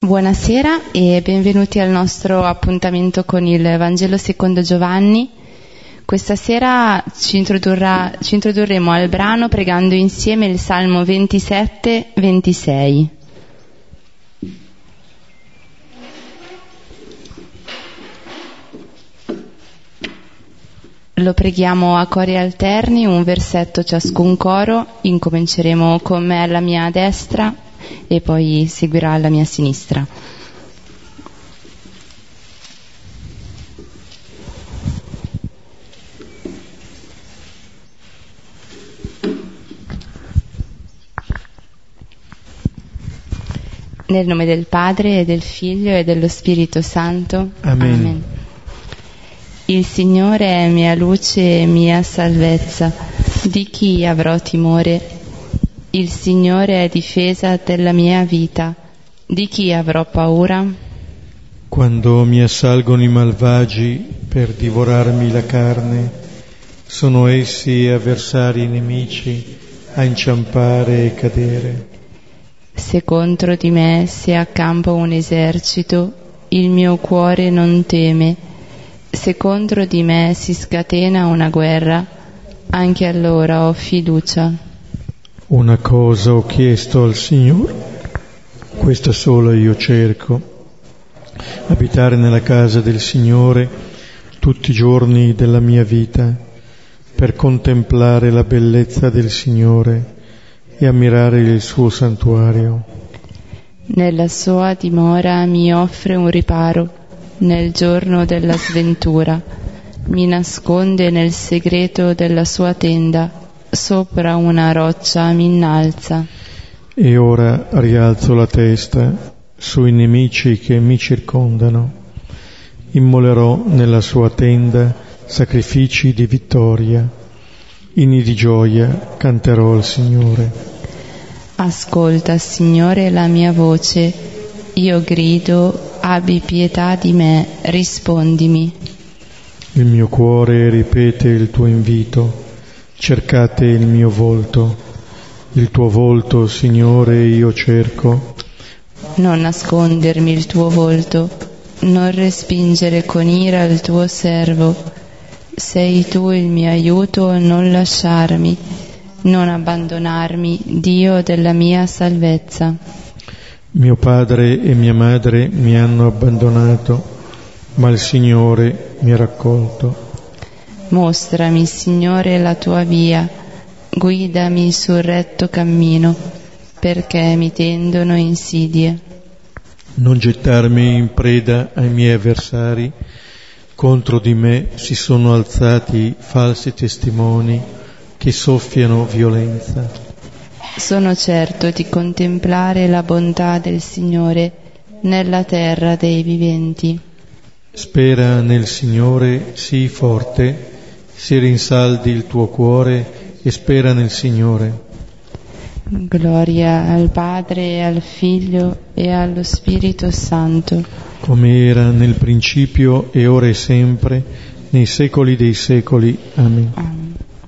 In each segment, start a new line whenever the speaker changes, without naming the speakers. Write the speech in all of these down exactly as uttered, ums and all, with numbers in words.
Buonasera e benvenuti al nostro appuntamento con il Vangelo secondo Giovanni. Questa sera ci, introdurrà, ci introdurremo al brano pregando insieme il Salmo ventisette ventisei. Lo preghiamo a cori alterni, un versetto ciascun coro. Incominceremo con me alla mia destra e poi seguirà alla mia sinistra. Nel nome del Padre e del Figlio e dello Spirito Santo.
Amen.
Amen. Il Signore è mia luce e mia salvezza. Di chi avrò timore? Il Signore è difesa della mia vita. Di chi avrò paura?
Quando mi assalgono i malvagi per divorarmi la carne, sono essi avversari nemici a inciampare e cadere.
Se contro di me si accampa un esercito, il mio cuore non teme. Se contro di me si scatena una guerra, anche allora ho fiducia.
Una cosa ho chiesto al Signore, questa sola io cerco, abitare nella casa del Signore tutti i giorni della mia vita, per contemplare la bellezza del Signore e ammirare il suo santuario.
Nella sua dimora mi offre un riparo, nel giorno della sventura, mi nasconde nel segreto della sua tenda, sopra una roccia mi innalza.
E ora rialzo la testa sui nemici che mi circondano. Immolerò nella sua tenda sacrifici di vittoria. Inni di gioia canterò al Signore.
Ascolta, Signore, la mia voce. Io grido, abbi pietà di me, rispondimi.
Il mio cuore ripete il tuo invito. Cercate il mio volto, il tuo volto, Signore, io cerco.
Non nascondermi il tuo volto, non respingere con ira il tuo servo. Sei tu il mio aiuto, non lasciarmi, non abbandonarmi, Dio della mia salvezza.
Mio padre e mia madre mi hanno abbandonato, ma il Signore mi ha raccolto.
Mostrami, Signore, la tua via, guidami sul retto cammino, perché mi tendono insidie.
Non gettarmi in preda ai miei avversari, contro di me si sono alzati falsi testimoni che soffiano violenza.
Sono certo di contemplare la bontà del Signore nella terra dei viventi.
Spera nel Signore, sii forte, si rinsaldi il tuo cuore e spera nel Signore.
Gloria al Padre, al Figlio e allo Spirito Santo.
Come era nel principio e ora e sempre, nei secoli dei secoli. Amen.
Amen.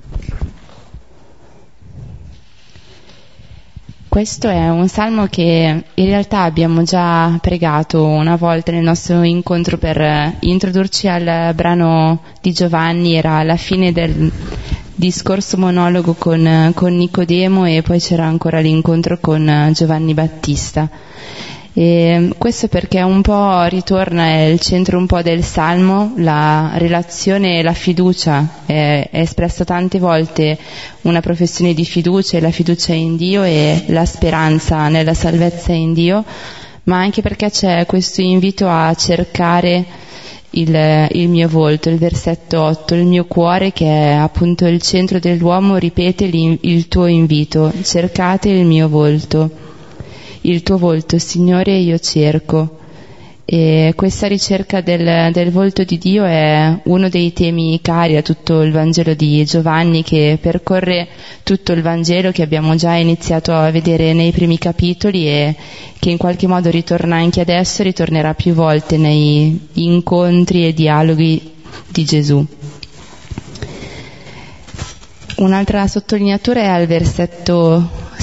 Questo è un salmo che in realtà abbiamo già pregato una volta nel nostro incontro per introdurci al brano di Giovanni. Era alla fine del discorso monologo con, con Nicodemo e poi c'era ancora l'incontro con Giovanni Battista. E questo perché un po' ritorna, è il centro un po' del salmo, la relazione e la fiducia. È, è espressa tante volte una professione di fiducia e la fiducia in Dio e la speranza nella salvezza in Dio, ma anche perché c'è questo invito a cercare il, il mio volto. Il versetto otto, il mio cuore, che è appunto il centro dell'uomo, ripete il tuo invito: cercate il mio volto. Il tuo volto, Signore, io cerco. E questa ricerca del, del volto di Dio è uno dei temi cari a tutto il Vangelo di Giovanni, che percorre tutto il Vangelo, che abbiamo già iniziato a vedere nei primi capitoli e che in qualche modo ritorna anche adesso, ritornerà più volte nei incontri e dialoghi di Gesù. Un'altra sottolineatura è al versetto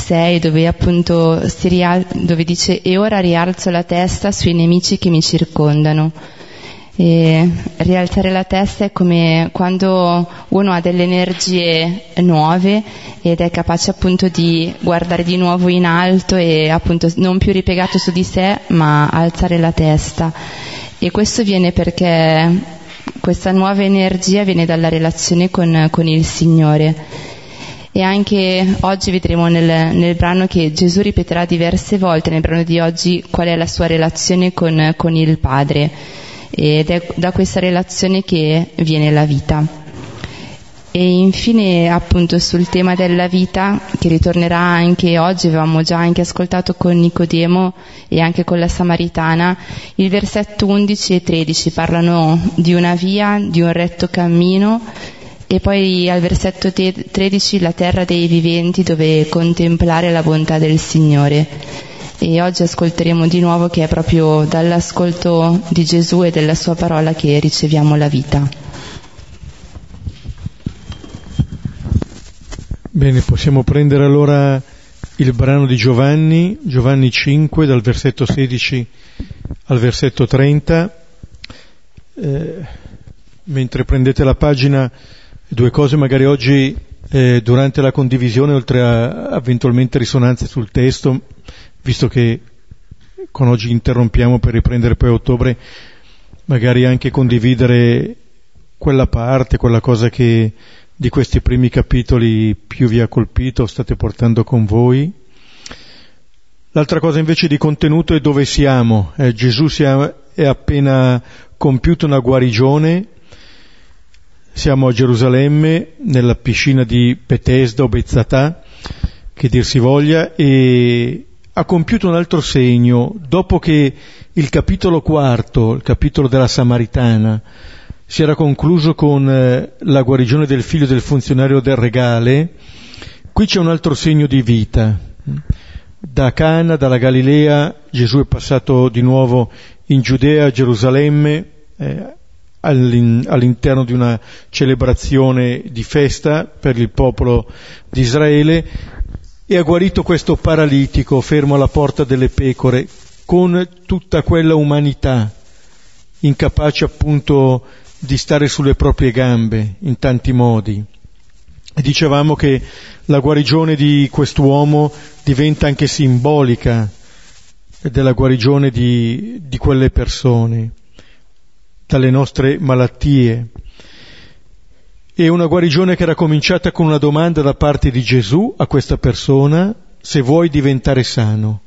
sei, dove appunto si rial- dove dice: e ora rialzo la testa sui nemici che mi circondano. E rialzare la testa è come quando uno ha delle energie nuove ed è capace appunto di guardare di nuovo in alto e appunto non più ripiegato su di sé, ma alzare la testa. E questo viene perché questa nuova energia viene dalla relazione con, con il Signore. E anche oggi vedremo nel, nel brano che Gesù ripeterà diverse volte nel brano di oggi qual è la sua relazione con, con il Padre. Ed è da questa relazione che viene la vita. E infine appunto sul tema della vita, che ritornerà anche oggi, avevamo già anche ascoltato con Nicodemo e anche con la Samaritana, il versetto undici e tredici parlano di una via, di un retto cammino, e poi al versetto tredici la terra dei viventi, dove contemplare la bontà del Signore. E oggi ascolteremo di nuovo che è proprio dall'ascolto di Gesù e della sua parola che riceviamo la vita.
Bene, possiamo prendere allora il brano di Giovanni, Giovanni cinque, dal versetto sedici al versetto trenta. Eh, mentre prendete la pagina, due cose magari oggi eh, durante la condivisione, oltre a eventualmente risonanze sul testo, visto che con oggi interrompiamo per riprendere poi a ottobre, magari anche condividere quella parte, quella cosa che di questi primi capitoli più vi ha colpito, state portando con voi. L'altra cosa invece di contenuto è dove siamo. Eh, Gesù si è, è appena compiuto una guarigione, siamo a Gerusalemme, nella piscina di Betesda o Bezzatà, che dir si voglia, e ha compiuto un altro segno. Dopo che il capitolo quarto, il capitolo della Samaritana, si era concluso con eh, la guarigione del figlio del funzionario del regale, qui c'è un altro segno di vita. Da Cana, dalla Galilea, Gesù è passato di nuovo in Giudea, a Gerusalemme, eh, all'in- all'interno di una celebrazione di festa per il popolo di Israele, e ha guarito questo paralitico fermo alla porta delle pecore, con tutta quella umanità, incapace appunto di stare sulle proprie gambe in tanti modi. E dicevamo che la guarigione di quest'uomo diventa anche simbolica della guarigione di, di quelle persone dalle nostre malattie. È una guarigione che era cominciata con una domanda da parte di Gesù a questa persona: se vuoi diventare sano.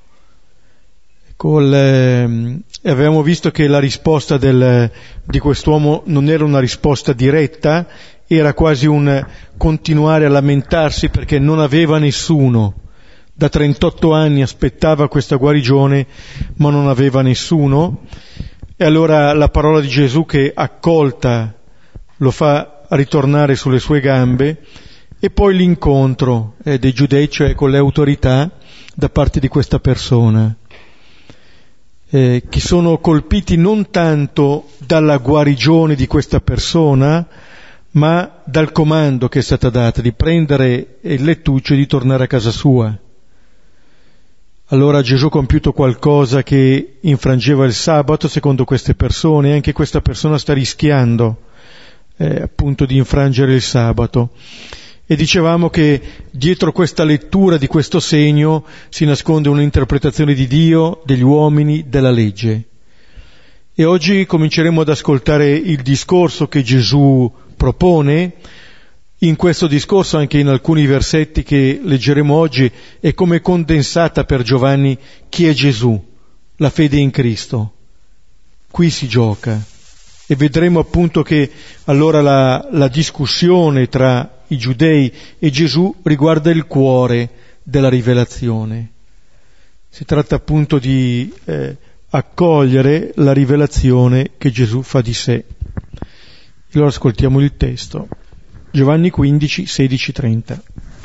Col, eh, avevamo visto che la risposta del, di quest'uomo non era una risposta diretta, era quasi un continuare a lamentarsi perché non aveva nessuno. Da trentotto anni aspettava questa guarigione, ma non aveva nessuno. E allora la parola di Gesù, che accolta lo fa ritornare sulle sue gambe, e poi l'incontro eh, dei giudei, cioè con le autorità, da parte di questa persona. Eh, che sono colpiti non tanto dalla guarigione di questa persona, ma dal comando che è stata data di prendere il lettuccio e di tornare a casa sua. Allora Gesù ha compiuto qualcosa che infrangeva il sabato secondo queste persone, e anche questa persona sta rischiando eh, appunto di infrangere il sabato. E dicevamo che dietro questa lettura di questo segno si nasconde un'interpretazione di Dio, degli uomini, della legge. E oggi cominceremo ad ascoltare il discorso che Gesù propone. In questo discorso, anche in alcuni versetti che leggeremo oggi, è come condensata per Giovanni chi è Gesù, la fede in Cristo. Qui si gioca. E vedremo appunto che allora la, la discussione tra i giudei e Gesù riguarda il cuore della rivelazione. Si tratta appunto di eh, accogliere la rivelazione che Gesù fa di sé. Allora ascoltiamo il testo. Giovanni quindici, sedici, trenta.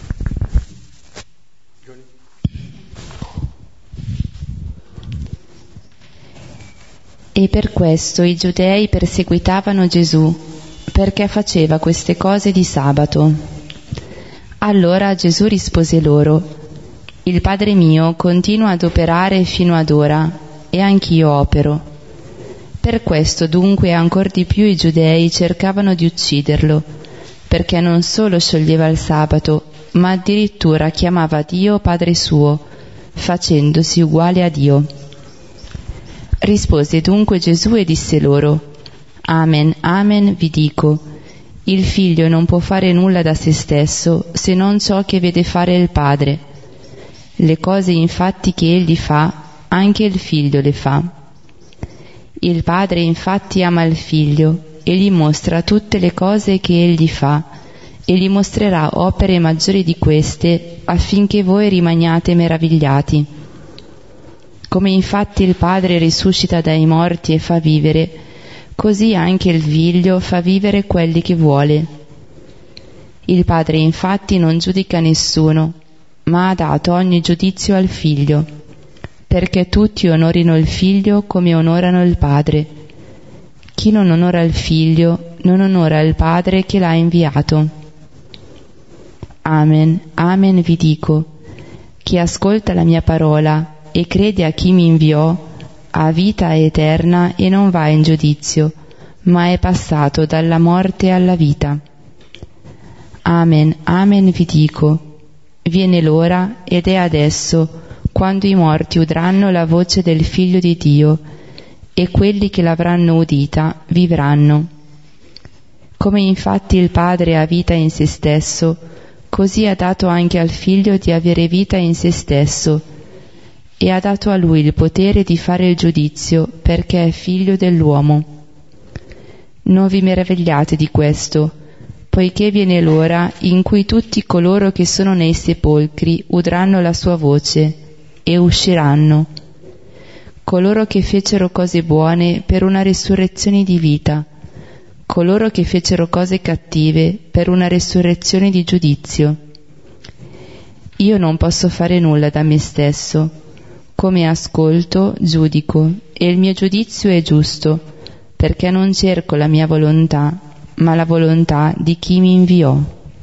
E per questo i giudei perseguitavano Gesù, perché faceva queste cose di sabato. Allora Gesù rispose loro: Il Padre mio continua ad operare fino ad ora, e anch'io opero. Per questo dunque ancor di più i giudei cercavano di ucciderlo, perché non solo scioglieva il sabato, ma addirittura chiamava Dio Padre suo, facendosi uguale a Dio. Rispose dunque Gesù e disse loro: Amen, amen vi dico, il figlio non può fare nulla da se stesso se non ciò che vede fare il Padre. Le cose infatti che egli fa, anche il figlio le fa. Il Padre infatti ama il figlio e gli mostra tutte le cose che egli fa, e gli mostrerà opere maggiori di queste, affinché voi rimaniate meravigliati. Come infatti il Padre risuscita dai morti e fa vivere, così anche il Figlio fa vivere quelli che vuole. Il Padre infatti non giudica nessuno, ma ha dato ogni giudizio al Figlio, perché tutti onorino il Figlio come onorano il Padre. Chi non onora il Figlio non onora il Padre che l'ha inviato. Amen, amen vi dico, chi ascolta la mia parola e crede a chi mi inviò, ha vita eterna e non va in giudizio, ma è passato dalla morte alla vita. Amen, amen vi dico, viene l'ora ed è adesso, quando i morti udranno la voce del Figlio di Dio, e quelli che l'avranno udita vivranno. Come infatti il Padre ha vita in se stesso, così ha dato anche al Figlio di avere vita in se stesso, e ha dato a lui il potere di fare il giudizio, perché è figlio dell'uomo. Non vi meravigliate di questo, poiché viene l'ora in cui tutti coloro che sono nei sepolcri udranno la sua voce e usciranno. Coloro che fecero cose buone per una resurrezione di vita, coloro che fecero cose cattive per una resurrezione di giudizio. Io non posso fare nulla da me stesso. Come ascolto, giudico, e il mio giudizio è giusto, perché non cerco la mia volontà, ma la volontà di chi mi inviò.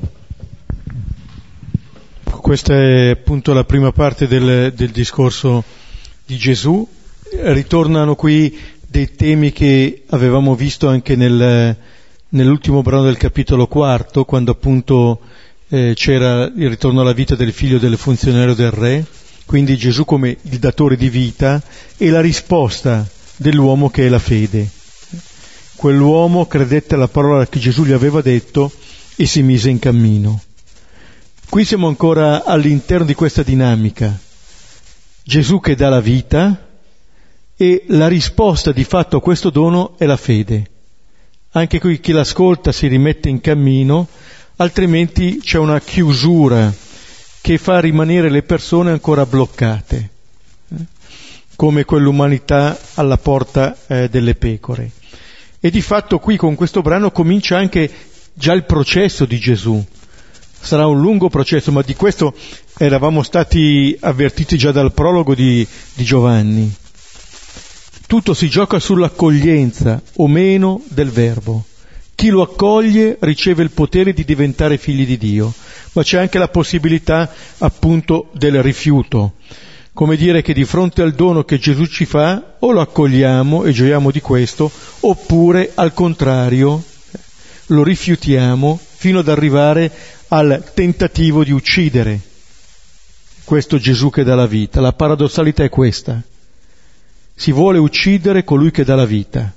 Questa è appunto la prima parte del, del discorso di Gesù. Ritornano qui dei temi che avevamo visto anche nel, nell'ultimo brano del capitolo quarto, quando appunto eh, c'era il ritorno alla vita del figlio del funzionario del re. Quindi Gesù come il datore di vita e la risposta dell'uomo che è la fede. Quell'uomo credette alla parola che Gesù gli aveva detto e si mise in cammino. Qui siamo ancora all'interno di questa dinamica. Gesù che dà la vita e la risposta di fatto a questo dono è la fede. Anche qui chi l'ascolta si rimette in cammino, altrimenti c'è una chiusura che fa rimanere le persone ancora bloccate, eh? come quell'umanità alla porta eh, delle pecore. E di fatto qui con questo brano comincia anche già il processo di Gesù. Sarà un lungo processo, ma di questo eravamo stati avvertiti già dal prologo di, di Giovanni. Tutto si gioca sull'accoglienza o meno del Verbo. Chi lo accoglie riceve il potere di diventare figli di Dio, ma c'è anche la possibilità appunto del rifiuto. Come dire che di fronte al dono che Gesù ci fa, o lo accogliamo e gioiamo di questo, oppure al contrario lo rifiutiamo fino ad arrivare al tentativo di uccidere questo Gesù che dà la vita. La paradossalità è questa: si vuole uccidere colui che dà la vita.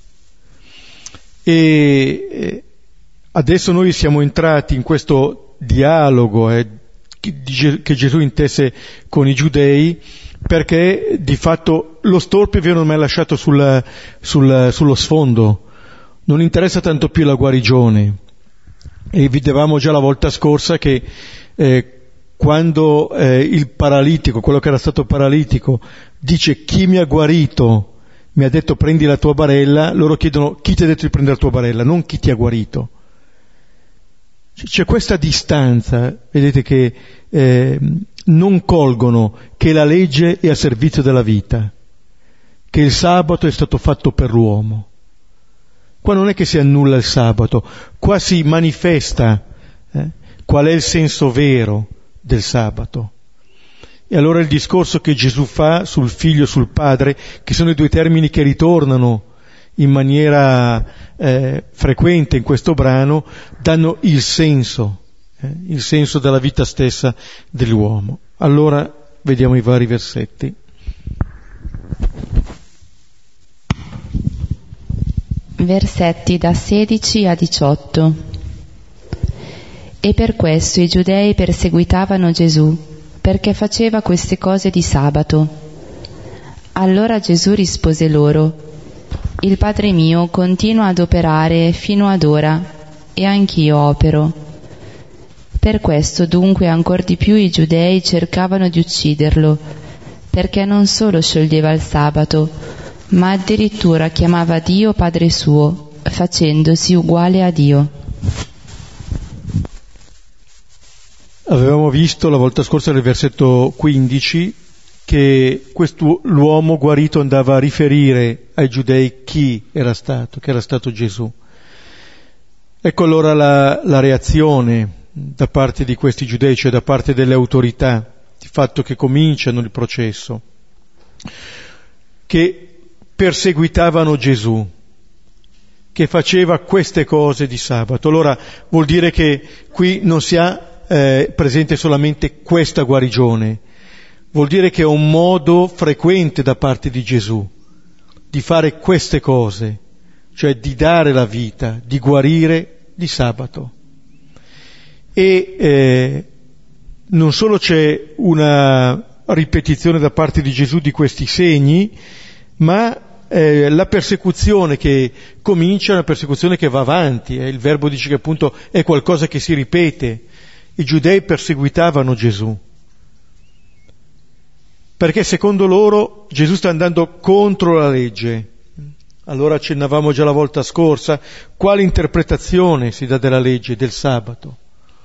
E adesso noi siamo entrati in questo dialogo eh, che Gesù intesse con i giudei, perché di fatto lo storpio viene ormai lasciato sul, sul, sullo sfondo, non interessa tanto più la guarigione. E vedevamo già la volta scorsa che eh, quando eh, il paralitico, quello che era stato paralitico, dice chi mi ha guarito, mi ha detto prendi la tua barella, loro chiedono chi ti ha detto di prendere la tua barella, non chi ti ha guarito. C'è questa distanza, vedete, che eh, non colgono che la legge è a servizio della vita, che il sabato è stato fatto per l'uomo. Qua non è che si annulla il sabato, qua si manifesta eh, qual è il senso vero del sabato. E allora il discorso che Gesù fa sul figlio e sul padre, che sono i due termini che ritornano in maniera eh, frequente in questo brano, danno il senso, eh, il senso della vita stessa dell'uomo. Allora vediamo i vari versetti.
Versetti da sedici a diciotto. E per questo i giudei perseguitavano Gesù, perché faceva queste cose di sabato. Allora Gesù rispose loro: il Padre mio continua ad operare fino ad ora, e anch'io opero. Per questo dunque ancor di più i giudei cercavano di ucciderlo, perché non solo scioglieva il sabato, ma addirittura chiamava Dio Padre suo, facendosi uguale a Dio.
Avevamo visto la volta scorsa nel versetto quindici che questo l'uomo guarito andava a riferire ai giudei chi era stato, che era stato Gesù. Ecco allora la, la reazione da parte di questi giudei, cioè da parte delle autorità, il fatto che cominciano il processo, che perseguitavano Gesù, che faceva queste cose di sabato. Allora vuol dire che qui non si ha Eh, presente solamente questa guarigione, vuol dire che è un modo frequente da parte di Gesù di fare queste cose, cioè di dare la vita, di guarire di sabato. E eh, non solo c'è una ripetizione da parte di Gesù di questi segni, ma eh, la persecuzione che comincia è una persecuzione che va avanti, eh. Il verbo dice che appunto è qualcosa che si ripete. I giudei perseguitavano Gesù, perché secondo loro Gesù sta andando contro la legge. Allora accennavamo già la volta scorsa, quale interpretazione si dà della legge, del sabato?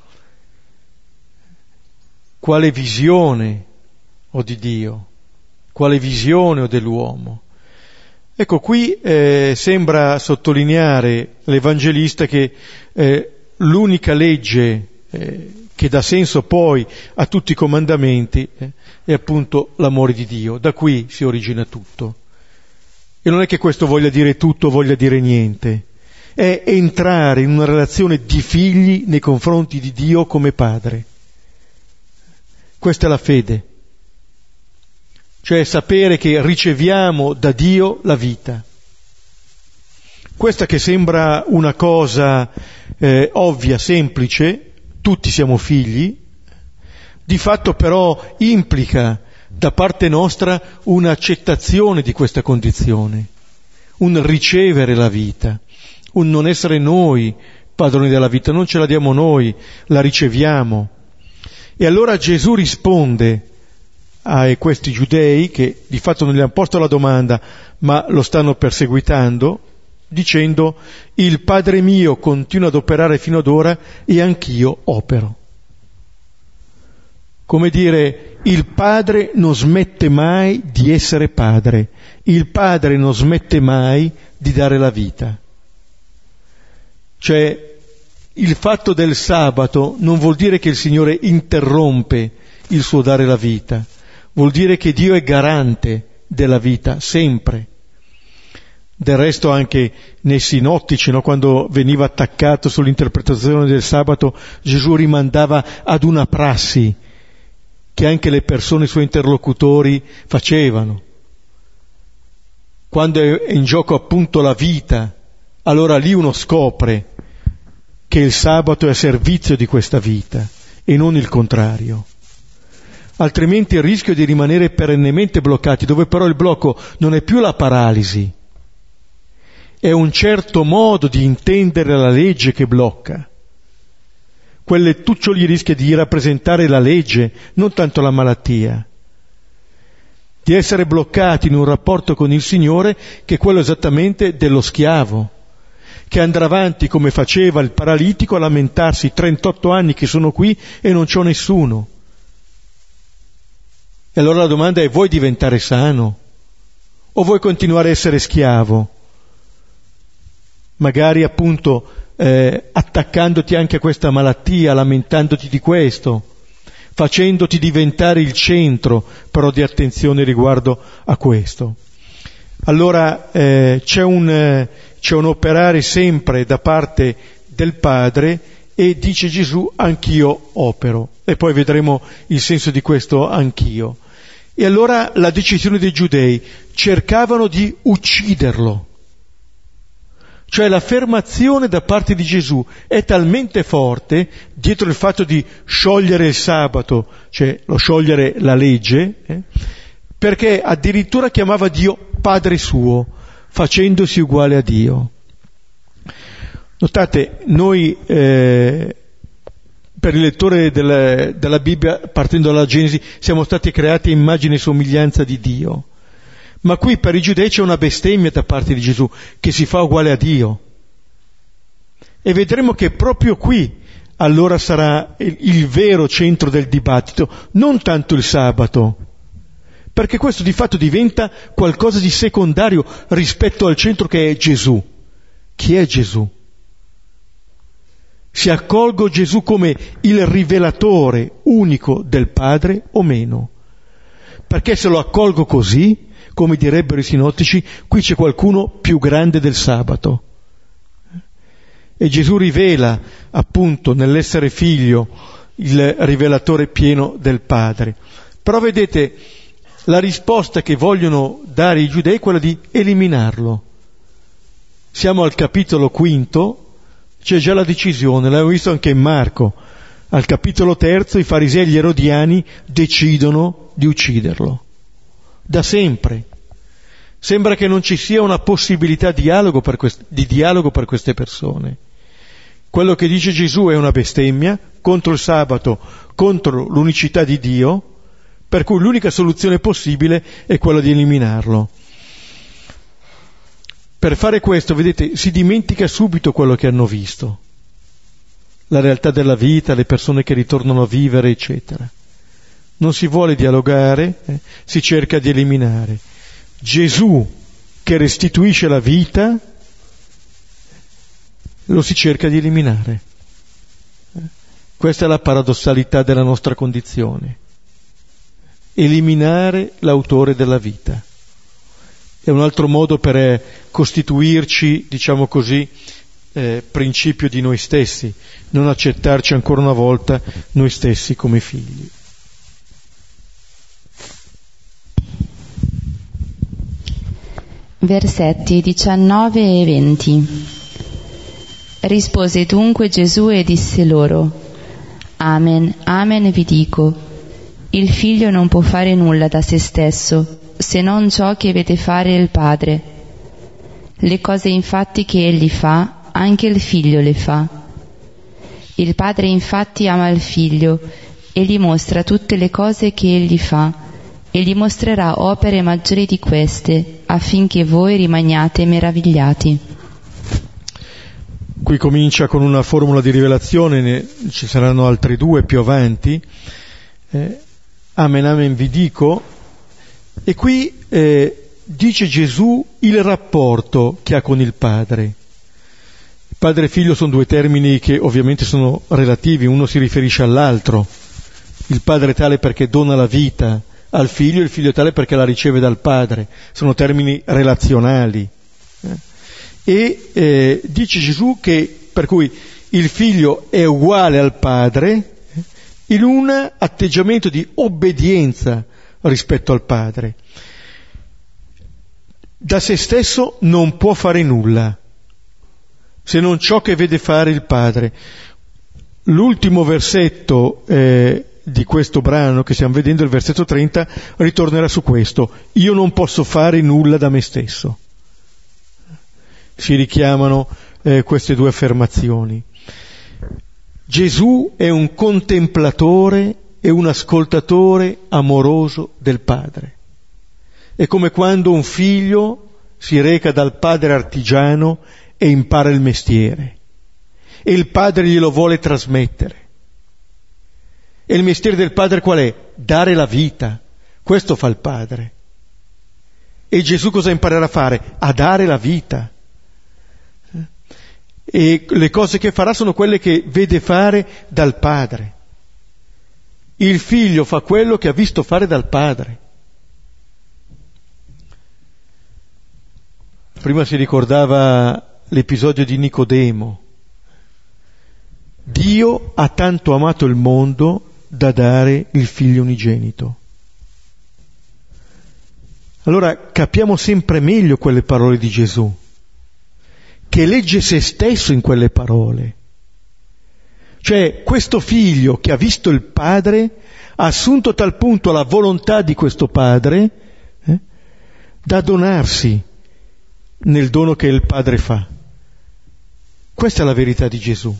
Quale visione ho di Dio? Quale visione ho dell'uomo? Ecco, qui eh, sembra sottolineare l'Evangelista che eh, l'unica legge eh, che dà senso poi a tutti i comandamenti eh, è appunto l'amore di Dio. Da qui si origina tutto. E non è che questo voglia dire tutto, voglia dire niente. È entrare in una relazione di figli nei confronti di Dio come padre. Questa è la fede. Cioè sapere che riceviamo da Dio la vita. Questa che sembra una cosa eh, ovvia, semplice, tutti siamo figli, di fatto però implica da parte nostra un'accettazione di questa condizione, un ricevere la vita, un non essere noi padroni della vita, non ce la diamo noi, la riceviamo. E allora Gesù risponde a questi giudei che di fatto non gli hanno posto la domanda ma lo stanno perseguitando, dicendo: il Padre mio continua ad operare fino ad ora e anch'io opero. Come dire, il Padre non smette mai di essere Padre, il Padre non smette mai di dare la vita. Cioè, il fatto del sabato non vuol dire che il Signore interrompe il suo dare la vita, vuol dire che Dio è garante della vita, sempre. Del resto anche nei sinottici, no, quando veniva attaccato sull'interpretazione del sabato, Gesù rimandava ad una prassi che anche le persone, i suoi interlocutori, facevano. Quando è in gioco appunto la vita, allora lì uno scopre che il sabato è a servizio di questa vita e non il contrario. Altrimenti il rischio di rimanere perennemente bloccati, dove però il blocco non è più la paralisi, è un certo modo di intendere la legge che blocca. Quel lettuccio lì rischia di rappresentare la legge, non tanto la malattia. Di essere bloccati in un rapporto con il Signore che è quello esattamente dello schiavo, che andrà avanti come faceva il paralitico a lamentarsi: trentotto anni che sono qui e non c'ho nessuno. E allora la domanda è: vuoi diventare sano? O vuoi continuare a essere schiavo? Magari appunto eh, attaccandoti anche a questa malattia, lamentandoti di questo, facendoti diventare il centro però di attenzione riguardo a questo. Allora eh, c'è un, eh, c'è un operare sempre da parte del Padre, e dice Gesù: anch'io opero. E poi vedremo il senso di questo anch'io. E allora la decisione dei giudei: cercavano di ucciderlo. Cioè l'affermazione da parte di Gesù è talmente forte, dietro il fatto di sciogliere il sabato, cioè lo sciogliere la legge, eh, perché addirittura chiamava Dio Padre suo, facendosi uguale a Dio. Notate, noi eh, per il lettore della, della Bibbia, partendo dalla Genesi, siamo stati creati a immagine e somiglianza di Dio. Ma qui per i giudei c'è una bestemmia da parte di Gesù, che si fa uguale a Dio. E vedremo che proprio qui allora sarà il, il vero centro del dibattito, non tanto il sabato, perché questo di fatto diventa qualcosa di secondario rispetto al centro che è Gesù. Chi è Gesù? Se accolgo Gesù come il rivelatore unico del Padre o meno? Perché se lo accolgo così, come direbbero i sinottici, qui c'è qualcuno più grande del sabato. E Gesù rivela appunto nell'essere figlio il rivelatore pieno del Padre. Però vedete, la risposta che vogliono dare i giudei è quella di eliminarlo. Siamo al capitolo quinto, c'è già la decisione, l'abbiamo visto anche in Marco. Al capitolo terzo i farisei e gli erodiani decidono di ucciderlo. Da sempre. Sembra che non ci sia una possibilità di dialogo per, quest- di dialogo per queste persone. Quello che dice Gesù è una bestemmia contro il sabato, contro l'unicità di Dio, per cui l'unica soluzione possibile è quella di eliminarlo. Per fare questo, vedete, si dimentica subito quello che hanno visto, la realtà della vita, le persone che ritornano a vivere, eccetera. Non si vuole dialogare, eh, si cerca di eliminare. Gesù che restituisce la vita lo si cerca di eliminare. Eh, questa è la paradossalità della nostra condizione. Eliminare l'autore della vita. È un altro modo per eh, costituirci, diciamo così, eh, principio di noi stessi, non accettarci ancora una volta noi stessi come figli.
Versetti diciannove e venti. Rispose dunque Gesù e disse loro: Amen, amen vi dico, il figlio non può fare nulla da se stesso, se non ciò che vede fare il Padre. Le cose infatti che egli fa, anche il figlio le fa. Il Padre infatti ama il figlio e gli mostra tutte le cose che egli fa, e gli mostrerà opere maggiori di queste, affinché voi rimaniate meravigliati.
Qui comincia con una formula di rivelazione, ne, ci saranno altri due più avanti. Eh, amen, amen vi dico. E qui eh, dice Gesù il rapporto che ha con il Padre. Padre e figlio sono due termini che ovviamente sono relativi, uno si riferisce all'altro. Il Padre è tale perché dona la vita al figlio, il figlio è tale perché la riceve dal Padre. Sono termini relazionali. Eh. E eh, dice Gesù che per cui il figlio è uguale al Padre eh, in un atteggiamento di obbedienza rispetto al Padre. Da se stesso non può fare nulla, se non ciò che vede fare il Padre. L'ultimo versetto eh, di questo brano che stiamo vedendo, il versetto trenta, ritornerà su questo: io non posso fare nulla da me stesso. Si richiamano eh, queste due affermazioni. Gesù è un contemplatore e un ascoltatore amoroso del Padre. È come quando un figlio si reca dal padre artigiano e impara il mestiere, e il padre glielo vuole trasmettere. E il mestiere del padre qual è? Dare la vita. Questo fa il padre. E Gesù cosa imparerà a fare? A dare la vita. E le cose che farà sono quelle che vede fare dal Padre. Il figlio fa quello che ha visto fare dal padre. Prima si ricordava l'episodio di Nicodemo. Dio ha tanto amato il mondo da dare il figlio unigenito. Allora capiamo sempre meglio quelle parole di Gesù, che legge se stesso in quelle parole. Cioè questo figlio che ha visto il padre ha assunto a tal punto la volontà di questo padre eh, da donarsi nel dono che il padre fa. Questa è la verità di Gesù.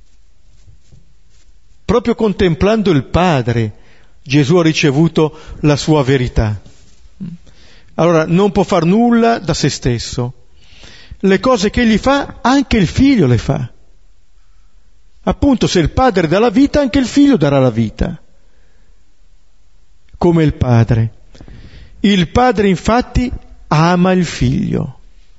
Proprio contemplando il padre, Gesù ha ricevuto la sua verità. Allora non può far nulla da se stesso. Le cose che egli fa, anche il figlio le fa. Appunto, se il padre dà la vita, anche il figlio darà la vita. Come il padre. Il padre infatti ama il figlio.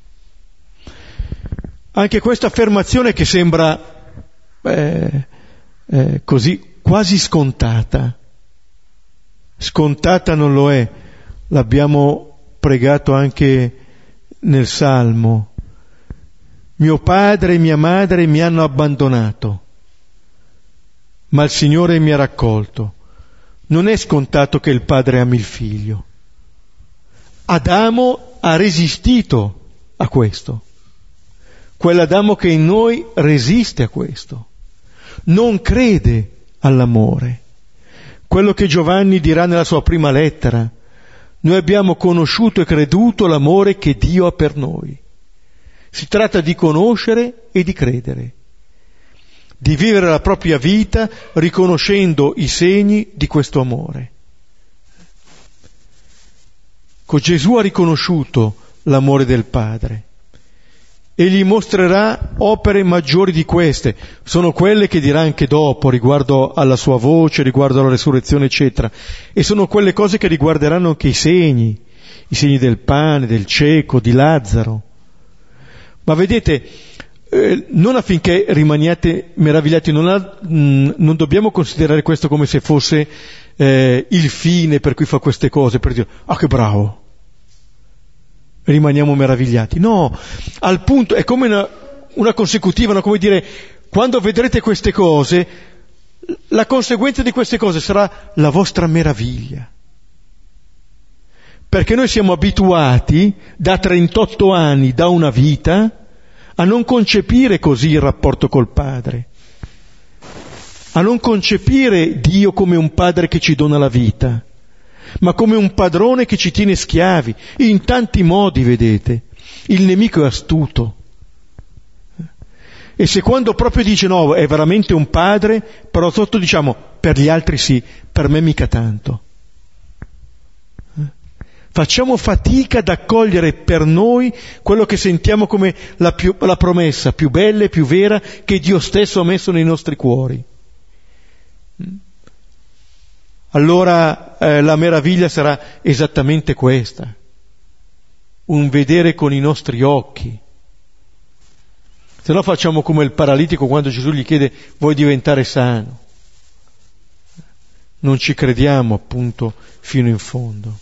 Anche questa affermazione che sembra eh, eh, così quasi scontata. Scontata non lo è. L'abbiamo pregato anche nel Salmo. Mio padre e mia madre mi hanno abbandonato, ma il Signore mi ha raccolto. Non è scontato che il padre ami il figlio. Adamo ha resistito a questo. Quell'Adamo che in noi resiste a questo. Non crede all'amore. Quello che Giovanni dirà nella sua prima lettera. Noi abbiamo conosciuto e creduto l'amore che Dio ha per noi. Si tratta di conoscere e di credere, di vivere la propria vita riconoscendo i segni di questo amore. Con Gesù ha riconosciuto l'amore del Padre e gli mostrerà opere maggiori di queste. Sono quelle che dirà anche dopo riguardo alla sua voce, riguardo alla resurrezione, eccetera. E sono quelle cose che riguarderanno anche i segni, i segni del pane, del cieco, di Lazzaro. Ma vedete, eh, non affinché rimaniate meravigliati, non, ha, mh, non dobbiamo considerare questo come se fosse eh, il fine per cui fa queste cose, per dire, ah che bravo, rimaniamo meravigliati. No, al punto, è come una, una consecutiva, no? Come dire, quando vedrete queste cose, la conseguenza di queste cose sarà la vostra meraviglia. Perché noi siamo abituati da trentotto anni, da una vita, a non concepire così il rapporto col Padre, a non concepire Dio come un Padre che ci dona la vita, ma come un padrone che ci tiene schiavi, in tanti modi, vedete. Il nemico è astuto. E se quando proprio dice no, è veramente un padre, però sotto diciamo, per gli altri sì, per me mica tanto. Facciamo fatica ad accogliere per noi quello che sentiamo come la, più, la promessa più bella e più vera che Dio stesso ha messo nei nostri cuori. Allora eh, la meraviglia sarà esattamente questa, un vedere con i nostri occhi. Se no facciamo come il paralitico quando Gesù gli chiede vuoi diventare sano? Non ci crediamo appunto fino in fondo.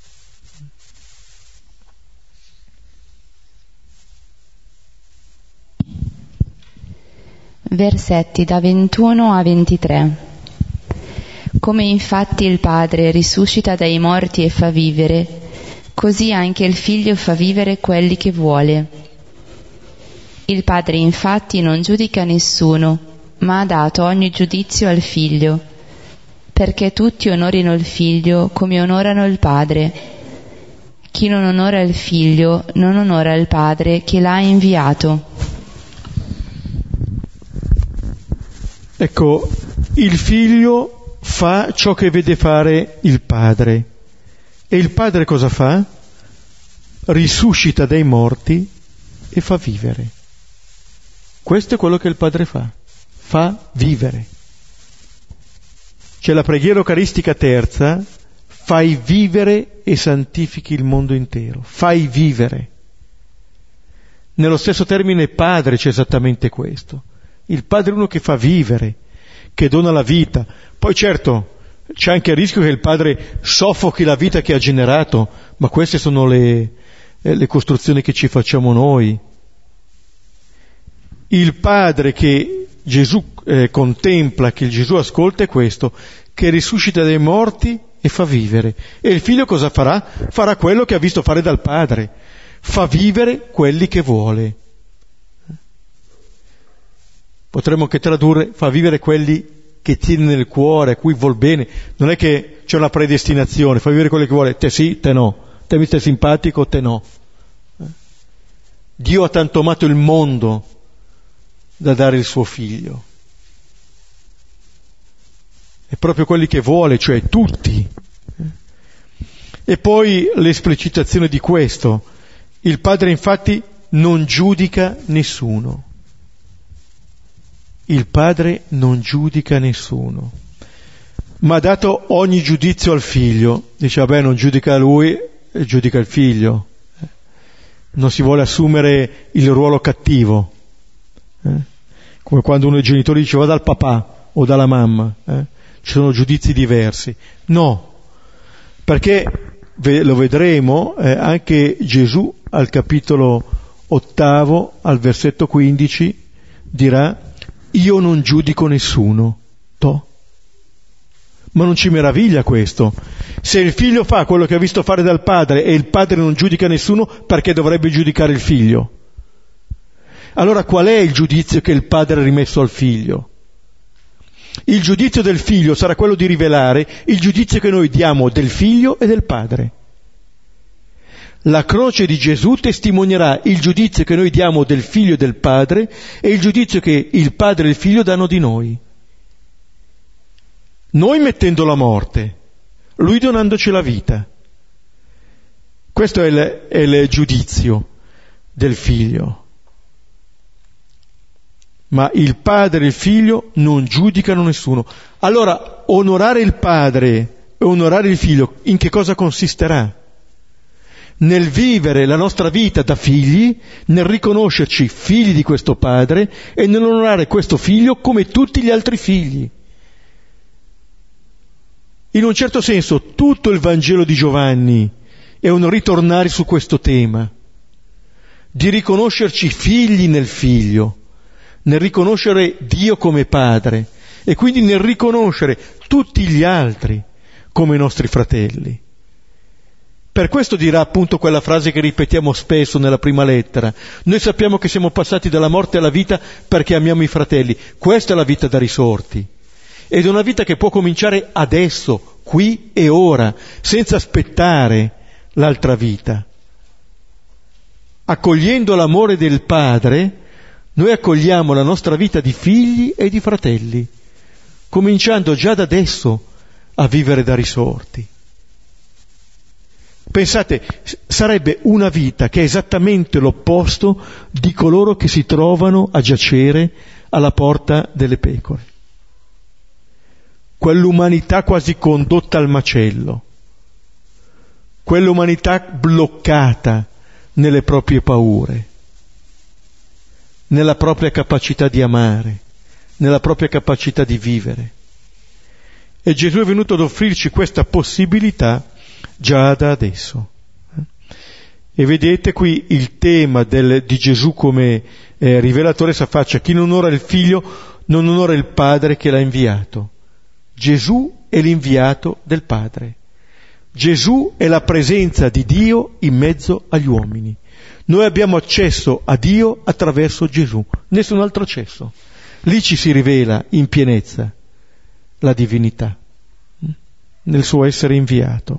Versetti da ventuno a ventitré. Come infatti il Padre risuscita dai morti e fa vivere, così anche il Figlio fa vivere quelli che vuole. Il Padre infatti non giudica nessuno, ma ha dato ogni giudizio al Figlio, perché tutti onorino il Figlio come onorano il Padre. Chi non onora il Figlio non onora il Padre che l'ha inviato.
Ecco, il Figlio fa ciò che vede fare il Padre. E il Padre cosa fa? Risuscita dai morti e fa vivere. Questo è quello che il Padre fa. Fa vivere. C'è la preghiera eucaristica terza, fai vivere e santifichi il mondo intero. Fai vivere. Nello stesso termine Padre c'è esattamente questo. Il Padre è uno che fa vivere, che dona la vita. Poi certo, c'è anche il rischio che il padre soffochi la vita che ha generato, ma queste sono le, eh, le costruzioni che ci facciamo noi. Il padre che Gesù eh, contempla, che Gesù ascolta, è questo, che risuscita dai morti e fa vivere. E il figlio cosa farà? Farà quello che ha visto fare dal padre, fa vivere quelli che vuole. Potremmo anche tradurre, fa vivere quelli che tiene nel cuore, a cui vuol bene. Non è che c'è una predestinazione, fa vivere quelli che vuole, te sì, te no, te mi stai simpatico, te no. Dio ha tanto amato il mondo da dare il suo figlio. È proprio quelli che vuole, cioè tutti. E poi l'esplicitazione di questo. Il padre infatti non giudica nessuno. Il padre non giudica nessuno, ma ha dato ogni giudizio al figlio. Dice, vabbè, non giudica lui, giudica il figlio. Non si vuole assumere il ruolo cattivo. Eh? Come quando uno dei genitori dice, va dal papà o dalla mamma. Eh? Ci sono giudizi diversi. No, perché lo vedremo, eh, anche Gesù al capitolo ottavo, al versetto quindici, dirà, io non giudico nessuno. To. Ma non ci meraviglia questo. Se il figlio fa quello che ha visto fare dal padre e il padre non giudica nessuno, perché dovrebbe giudicare il figlio? Allora qual è il giudizio che il padre ha rimesso al figlio? Il giudizio del figlio sarà quello di rivelare il giudizio che noi diamo del figlio e del padre. La croce di Gesù testimonierà il giudizio che noi diamo del figlio e del padre e il giudizio che il padre e il figlio danno di noi. Noi mettendo la morte, lui donandoci la vita. Questo è il, è il giudizio del figlio. Ma il padre e il figlio non giudicano nessuno. Allora, onorare il padre e onorare il figlio, in che cosa consisterà? Nel vivere la nostra vita da figli, nel riconoscerci figli di questo padre e nell'onorare questo figlio come tutti gli altri figli. In un certo senso tutto il Vangelo di Giovanni è un ritornare su questo tema, di riconoscerci figli nel figlio, nel riconoscere Dio come padre e quindi nel riconoscere tutti gli altri come nostri fratelli. Per questo dirà appunto quella frase che ripetiamo spesso nella prima lettera. Noi sappiamo che siamo passati dalla morte alla vita perché amiamo i fratelli. Questa è la vita da risorti. Ed è una vita che può cominciare adesso, qui e ora, senza aspettare l'altra vita. Accogliendo l'amore del Padre, noi accogliamo la nostra vita di figli e di fratelli, cominciando già da adesso a vivere da risorti. Pensate, sarebbe una vita che è esattamente l'opposto di coloro che si trovano a giacere alla porta delle pecore. Quell'umanità quasi condotta al macello, quell'umanità bloccata nelle proprie paure, nella propria capacità di amare, nella propria capacità di vivere. E Gesù è venuto ad offrirci questa possibilità già da adesso. E vedete qui il tema del, di Gesù come eh, rivelatore s'affaccia: chi non onora il figlio non onora il padre che l'ha inviato. Gesù è l'inviato del Padre. Gesù è la presenza di Dio in mezzo agli uomini. Noi abbiamo accesso a Dio attraverso Gesù, nessun altro accesso. Lì ci si rivela in pienezza la divinità, nel suo essere inviato.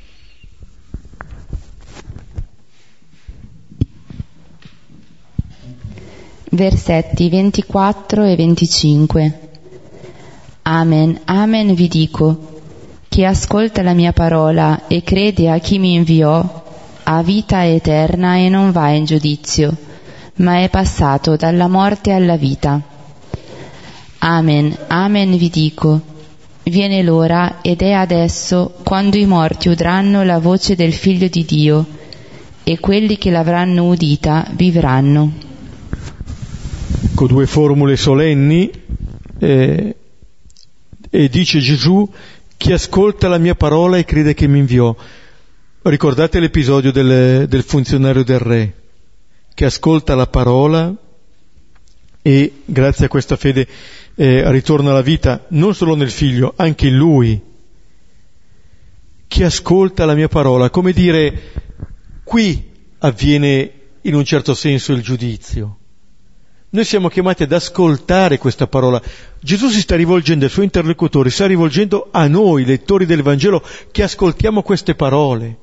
Versetti ventiquattro e venticinque. Amen, amen vi dico, chi ascolta la mia parola e crede a chi mi inviò, ha vita eterna e non va in giudizio, ma è passato dalla morte alla vita. Amen, amen vi dico, viene l'ora ed è adesso quando i morti udranno la voce del Figlio di Dio, e quelli che l'avranno udita vivranno.
Con due formule solenni, eh, e dice Gesù chi ascolta la mia parola e crede che mi inviò. Ricordate l'episodio del, del funzionario del re, che ascolta la parola e grazie a questa fede eh, ritorna alla vita, non solo nel figlio, anche in lui. Chi ascolta la mia parola, come dire, qui avviene in un certo senso il giudizio. Noi siamo chiamati ad ascoltare questa parola. Gesù si sta rivolgendo ai suoi interlocutori, sta rivolgendo a noi, lettori del Vangelo, che ascoltiamo queste parole.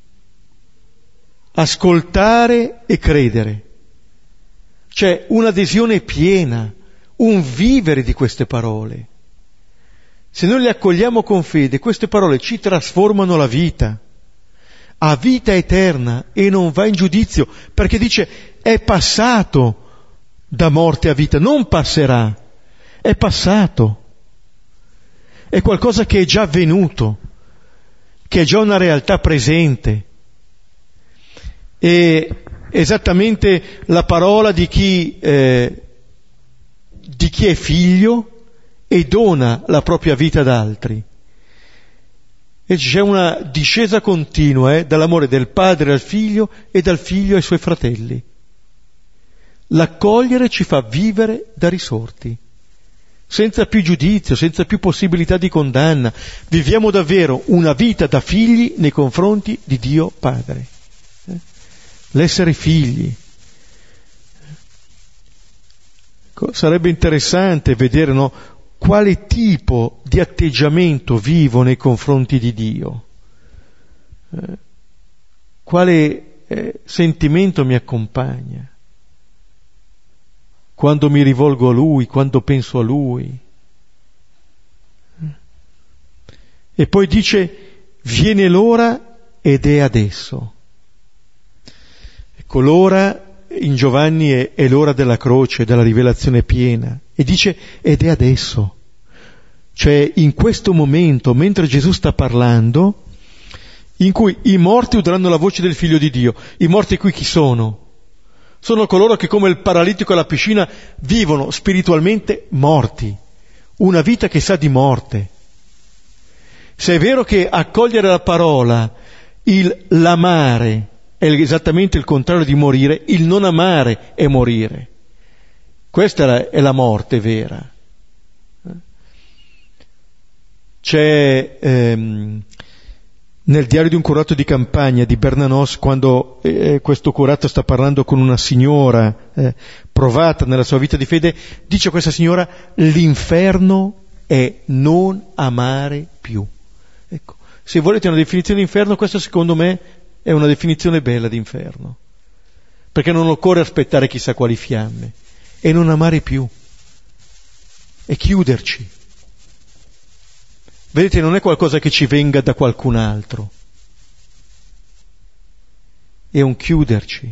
Ascoltare e credere. C'è un'adesione piena, un vivere di queste parole. Se noi le accogliamo con fede, queste parole ci trasformano la vita. Ha vita eterna e non va in giudizio, perché dice è passato da morte a vita, non passerà, è passato. È qualcosa che è già avvenuto, che è già una realtà presente. È esattamente la parola di chi, eh, di chi è figlio e dona la propria vita ad altri. E c'è una discesa continua eh, dall'amore del padre al figlio e dal figlio ai suoi fratelli. L'accogliere ci fa vivere da risorti, senza più giudizio, senza più possibilità di condanna. Viviamo davvero una vita da figli nei confronti di Dio Padre. Eh? L'essere figli. Sarebbe interessante vedere, no, quale tipo di atteggiamento vivo nei confronti di Dio, eh, quale eh, sentimento mi accompagna quando mi rivolgo a Lui, quando penso a Lui. E poi dice, viene l'ora ed è adesso. Ecco, l'ora in Giovanni è, è l'ora della croce, della rivelazione piena. E dice, ed è adesso. Cioè, in questo momento, mentre Gesù sta parlando, in cui i morti udranno la voce del Figlio di Dio. I morti qui chi sono? Sono coloro che, come il paralitico alla piscina, vivono spiritualmente morti. Una vita che sa di morte. Se è vero che accogliere la parola, il l'amare, è esattamente il contrario di morire, il non amare è morire. Questa è la morte vera. C'è ehm, nel diario di un curato di campagna di Bernanos, quando eh, questo curato sta parlando con una signora eh, provata nella sua vita di fede, dice a questa signora, l'inferno è non amare più. Ecco, se volete una definizione di inferno, questa secondo me è una definizione bella di inferno, perché non occorre aspettare chissà quali fiamme, è non amare più, è chiuderci. Vedete, non è qualcosa che ci venga da qualcun altro, è un chiuderci.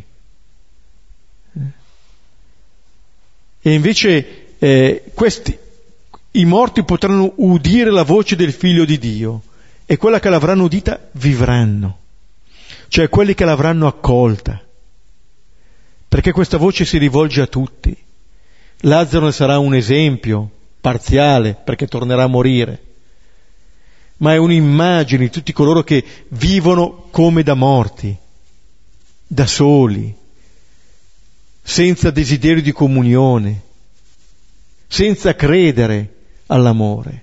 E invece eh, questi, i morti potranno udire la voce del Figlio di Dio, e quella che l'avranno udita vivranno, cioè quelli che l'avranno accolta, perché questa voce si rivolge a tutti. Lazzaro ne sarà un esempio parziale, perché tornerà a morire, ma è un'immagine di tutti coloro che vivono come da morti, da soli, senza desiderio di comunione, senza credere all'amore,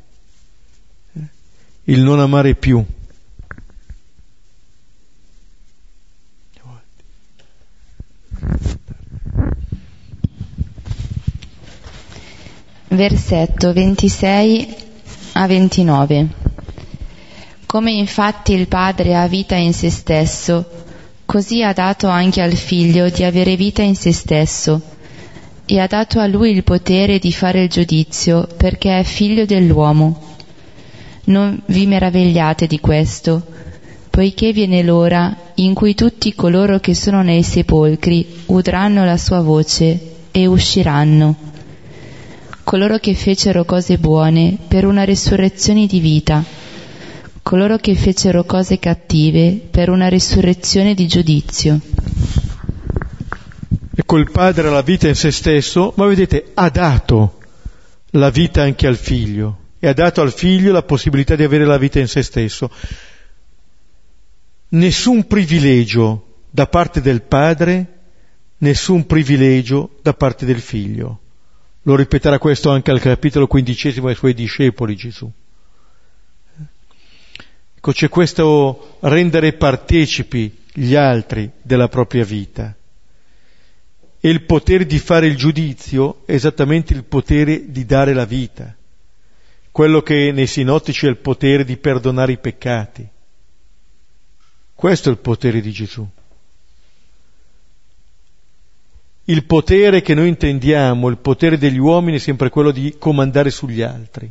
il non amare più.
Versetto ventisei a ventinove. Come infatti il Padre ha vita in se stesso, così ha dato anche al Figlio di avere vita in se stesso, e ha dato a Lui il potere di fare il giudizio, perché è Figlio dell'uomo. Non vi meravigliate di questo, poiché viene l'ora in cui tutti coloro che sono nei sepolcri udranno la sua voce e usciranno. Coloro che fecero cose buone per una risurrezione di vita, coloro che fecero cose cattive per una risurrezione di giudizio.
Ecco, il Padre ha la vita in se stesso, ma vedete, ha dato la vita anche al Figlio. e ha dato al figlio la possibilità di avere la vita in se stesso. Nessun privilegio da parte del padre, nessun privilegio da parte del figlio. Lo ripeterà questo anche al capitolo quindicesimo ai suoi discepoli Gesù. Ecco, c'è questo rendere partecipi gli altri della propria vita. E il potere di fare il giudizio è esattamente il potere di dare la vita. Quello che nei sinottici è il potere di perdonare i peccati. Questo è il potere di Gesù. Il potere che noi intendiamo, il potere degli uomini è sempre quello di comandare sugli altri.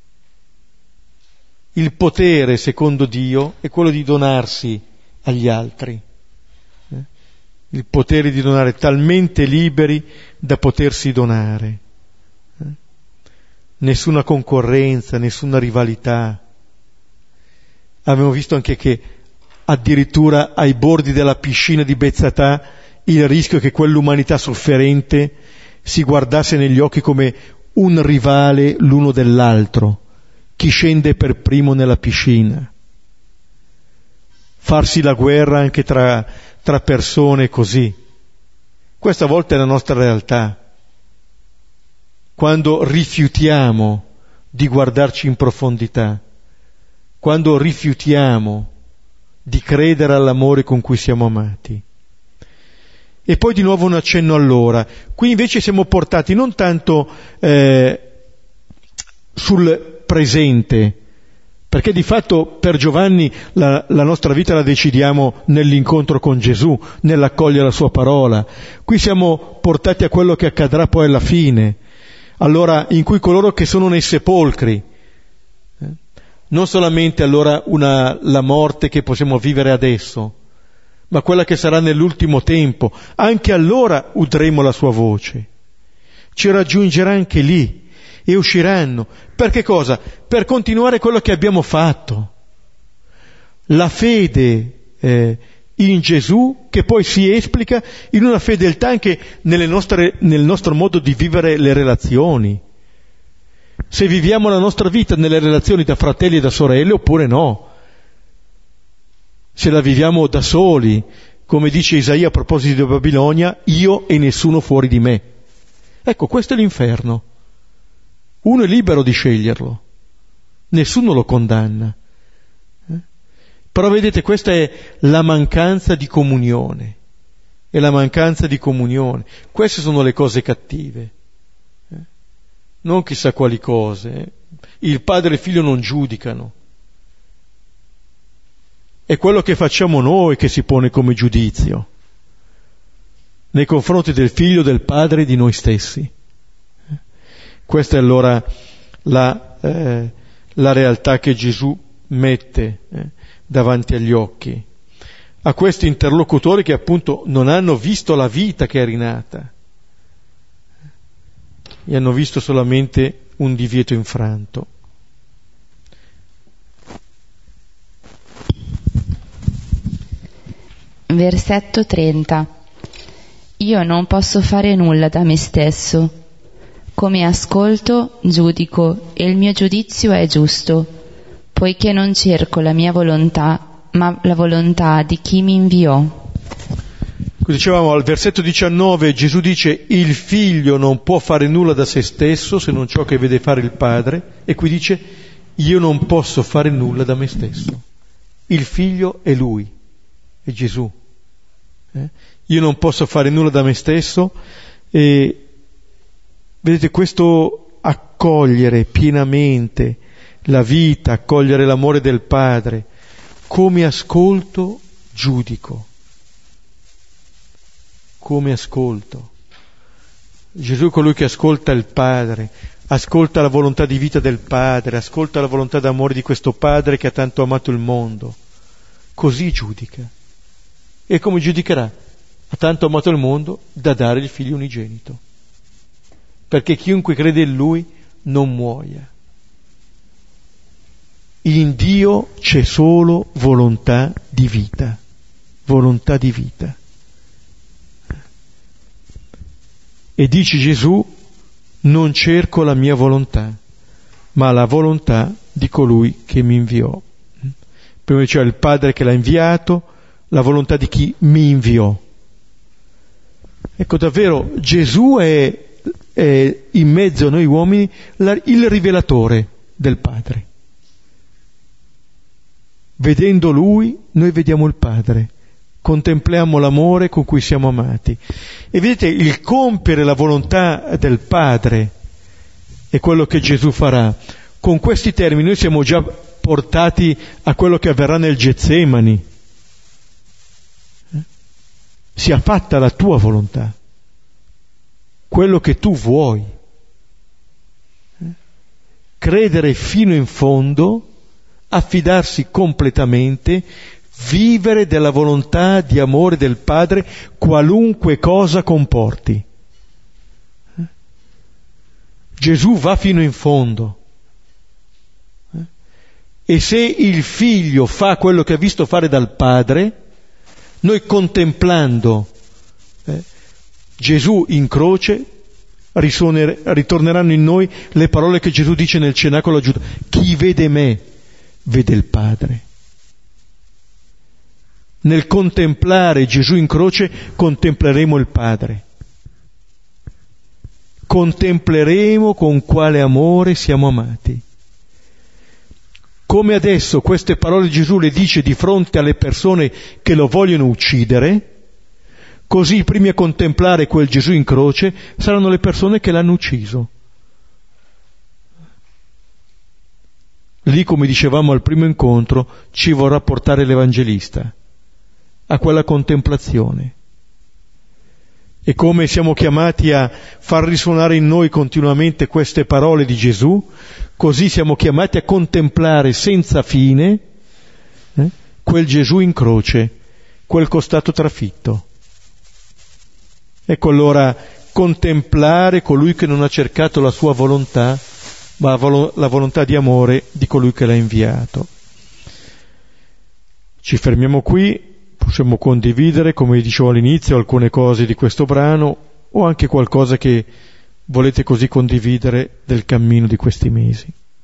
Il potere, secondo Dio, è quello di donarsi agli altri. Eh? Il potere di donare, talmente liberi da potersi donare. Eh? Nessuna concorrenza, nessuna rivalità. Abbiamo visto anche che addirittura ai bordi della piscina di Bezzatà il rischio che quell'umanità sofferente si guardasse negli occhi come un rivale l'uno dell'altro, chi scende per primo nella piscina. Farsi la guerra anche tra, tra persone così. Questa volta è la nostra realtà. Quando rifiutiamo di guardarci in profondità, quando rifiutiamo di credere all'amore con cui siamo amati. E poi di nuovo un accenno all'ora. Qui invece siamo portati non tanto eh, sul presente, perché di fatto per Giovanni la, la nostra vita la decidiamo nell'incontro con Gesù, nell'accogliere la sua parola. Qui siamo portati a quello che accadrà poi alla fine, allora in cui coloro che sono nei sepolcri, eh, non solamente allora una, la morte che possiamo vivere adesso, ma quella che sarà nell'ultimo tempo, anche allora udremo la sua voce. Ci raggiungerà anche lì e usciranno. Per che cosa? Per continuare quello che abbiamo fatto. La fede eh, in Gesù, che poi si esplica in una fedeltà anche nelle nostre, nel nostro modo di vivere le relazioni. Se viviamo la nostra vita nelle relazioni da fratelli e da sorelle oppure no. Se la viviamo da soli, come dice Isaia a proposito di Babilonia, io e nessuno fuori di me. Ecco, questo è l'inferno. Uno è libero di sceglierlo, nessuno lo condanna. Eh? Però vedete, questa è la mancanza di comunione, è la mancanza di comunione. Queste sono le cose cattive, eh? Non chissà quali cose. Eh? Il padre e il figlio non giudicano. È quello che facciamo noi che si pone come giudizio nei confronti del figlio, del padre e di noi stessi. Questa è allora la, eh, la realtà che Gesù mette eh, davanti agli occhi a questi interlocutori che appunto non hanno visto la vita che è rinata e hanno visto solamente un divieto infranto.
Versetto trenta. Io non posso fare nulla da me stesso. Come ascolto, giudico, e il mio giudizio è giusto, poiché non cerco la mia volontà, ma la volontà di chi mi inviò.
Dicevamo al versetto diciannove, Gesù dice: il figlio non può fare nulla da se stesso se non ciò che vede fare il padre, e qui dice: io non posso fare nulla da me stesso. Il figlio è lui, è Gesù. Eh? Io non posso fare nulla da me stesso, e vedete, questo accogliere pienamente la vita, accogliere l'amore del Padre, come ascolto, giudico. Come ascolto. Gesù è colui che ascolta il Padre, ascolta la volontà di vita del Padre, ascolta la volontà d'amore di questo Padre che ha tanto amato il mondo. Così giudica. E come giudicherà? Ha tanto amato il mondo da dare il Figlio unigenito, perché chiunque crede in Lui non muoia. In Dio c'è solo volontà di vita, volontà di vita. E dice Gesù: non cerco la mia volontà, ma la volontà di colui che mi inviò. Prima diceva il Padre che l'ha inviato, la volontà di chi mi inviò. Ecco, davvero Gesù è, è in mezzo a noi uomini la, il rivelatore del Padre. Vedendo Lui, noi vediamo il Padre, contempliamo l'amore con cui siamo amati. E vedete, il compiere la volontà del Padre è quello che Gesù farà. Con questi termini noi siamo già portati a quello che avverrà nel Getsemani. Sia fatta la tua volontà, quello che tu vuoi. Credere fino in fondo, affidarsi completamente, vivere della volontà di amore del Padre, qualunque cosa comporti. Gesù va fino in fondo. E se il Figlio fa quello che ha visto fare dal Padre, noi contemplando eh, Gesù in croce, risuoner- ritorneranno in noi le parole che Gesù dice nel cenacolo a Giuda: chi vede me, vede il Padre. Nel contemplare Gesù in croce, contempleremo il Padre. Contempleremo con quale amore siamo amati. Come adesso queste parole Gesù le dice di fronte alle persone che lo vogliono uccidere, così i primi a contemplare quel Gesù in croce saranno le persone che l'hanno ucciso. Lì, come dicevamo al primo incontro, ci vorrà portare l'Evangelista a quella contemplazione. E come siamo chiamati a far risuonare in noi continuamente queste parole di Gesù, così siamo chiamati a contemplare senza fine eh, quel Gesù in croce, quel costato trafitto. Ecco allora contemplare colui che non ha cercato la sua volontà, ma la volontà di amore di colui che l'ha inviato. Ci fermiamo qui, possiamo condividere, come dicevo all'inizio, alcune cose di questo brano o anche qualcosa che volete così condividere del cammino di questi mesi.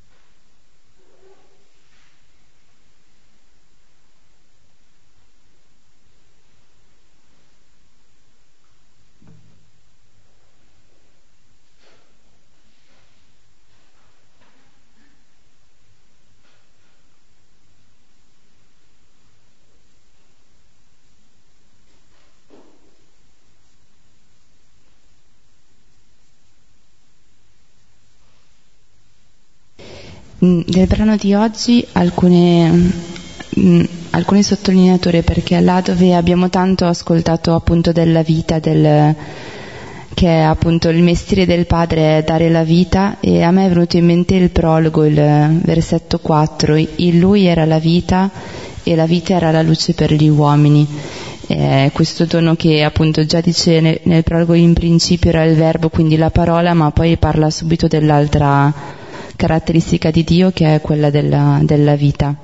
Del brano di oggi alcune, mh, alcune sottolineature, perché là dove abbiamo tanto ascoltato appunto della vita, del, che è appunto il mestiere del Padre è dare la vita, e a me è venuto in mente il prologo, il versetto quattro: in Lui era la vita e la vita era la luce per gli uomini. Eh, questo dono che appunto già dice nel, nel prologo: in principio era il verbo, quindi la parola, ma poi parla subito dell'altra caratteristica di Dio, che è quella della, della vita.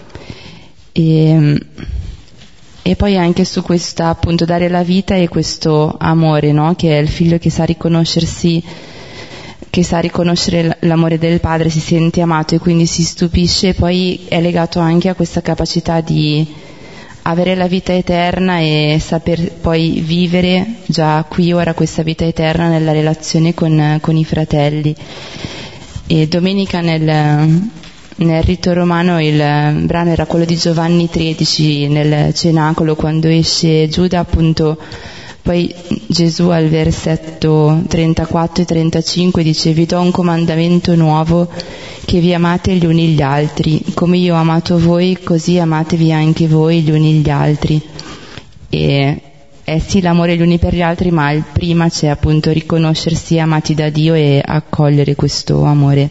E, e poi anche su questa appunto dare la vita e questo amore, no? Che è il figlio che sa riconoscersi, che sa riconoscere l'amore del padre, si sente amato e quindi si stupisce. Poi è legato anche a questa capacità di avere la vita eterna e saper poi vivere già qui ora questa vita eterna nella relazione con, con i fratelli. E domenica nel, nel rito romano il brano era quello di Giovanni tredici, nel cenacolo, quando esce Giuda, appunto. Poi Gesù al versetto trentaquattro e trentacinque dice: vi do un comandamento nuovo, che vi amate gli uni gli altri, come io ho amato voi, così amatevi anche voi gli uni gli altri. E è sì l'amore gli uni per gli altri, ma prima c'è appunto riconoscersi amati da Dio e accogliere questo amore.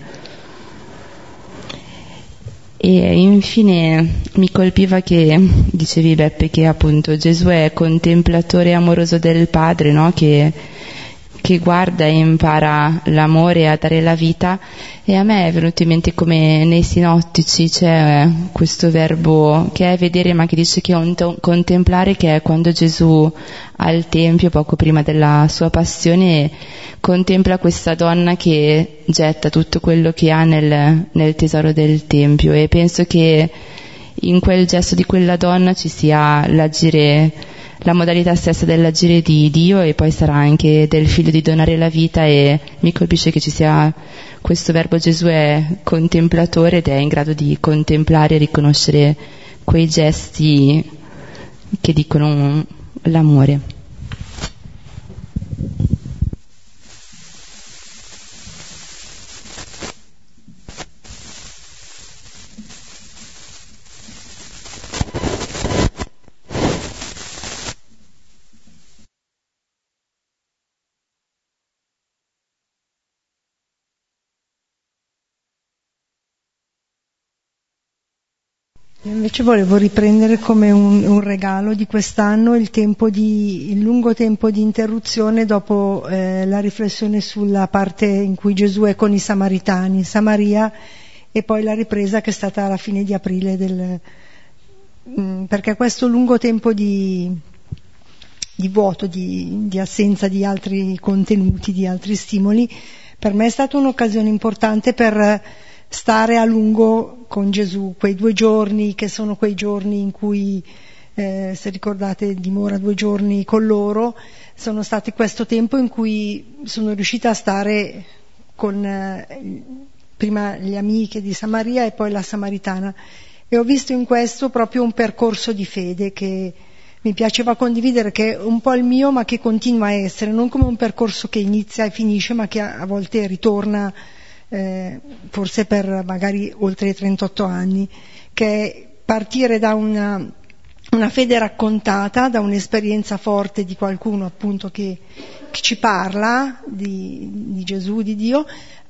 E infine mi colpiva che dicevi, Beppe, che appunto Gesù è contemplatore amoroso del Padre, no? Che, che guarda e impara l'amore a dare la vita, e a me è venuto in mente come nei sinottici c'è questo verbo che è vedere ma che dice che è un to- contemplare, che è quando Gesù al Tempio, poco prima della sua passione, contempla questa donna che getta tutto quello che ha nel, nel tesoro del Tempio, e penso che in quel gesto di quella donna ci sia l'agire, la modalità stessa dell'agire di Dio, e poi sarà anche del Figlio di donare la vita, e mi colpisce che ci sia questo verbo. Gesù è contemplatore ed è in grado di contemplare e riconoscere quei gesti che dicono l'amore.
Io invece volevo riprendere come un, un regalo di quest'anno il, tempo di, il lungo tempo di interruzione dopo eh, la riflessione sulla parte in cui Gesù è con i Samaritani, Samaria, e poi la ripresa che è stata alla fine di aprile, del, mh, perché questo lungo tempo di, di vuoto, di, di assenza di altri contenuti, di altri stimoli, per me è stata un'occasione importante per stare a lungo con Gesù, quei due giorni che sono quei giorni in cui, eh, se ricordate, dimora due giorni con loro, sono stati questo tempo in cui sono riuscita a stare con eh, prima le amiche di Samaria e poi la Samaritana, e ho visto in questo proprio un percorso di fede che mi piaceva condividere, che è un po' il mio ma che continua a essere, non come un percorso che inizia e finisce, ma che a volte ritorna, Eh, forse per magari oltre i trentotto anni, che è partire da una, una fede raccontata, da un'esperienza forte di qualcuno appunto che, che ci parla di, di Gesù, di Dio,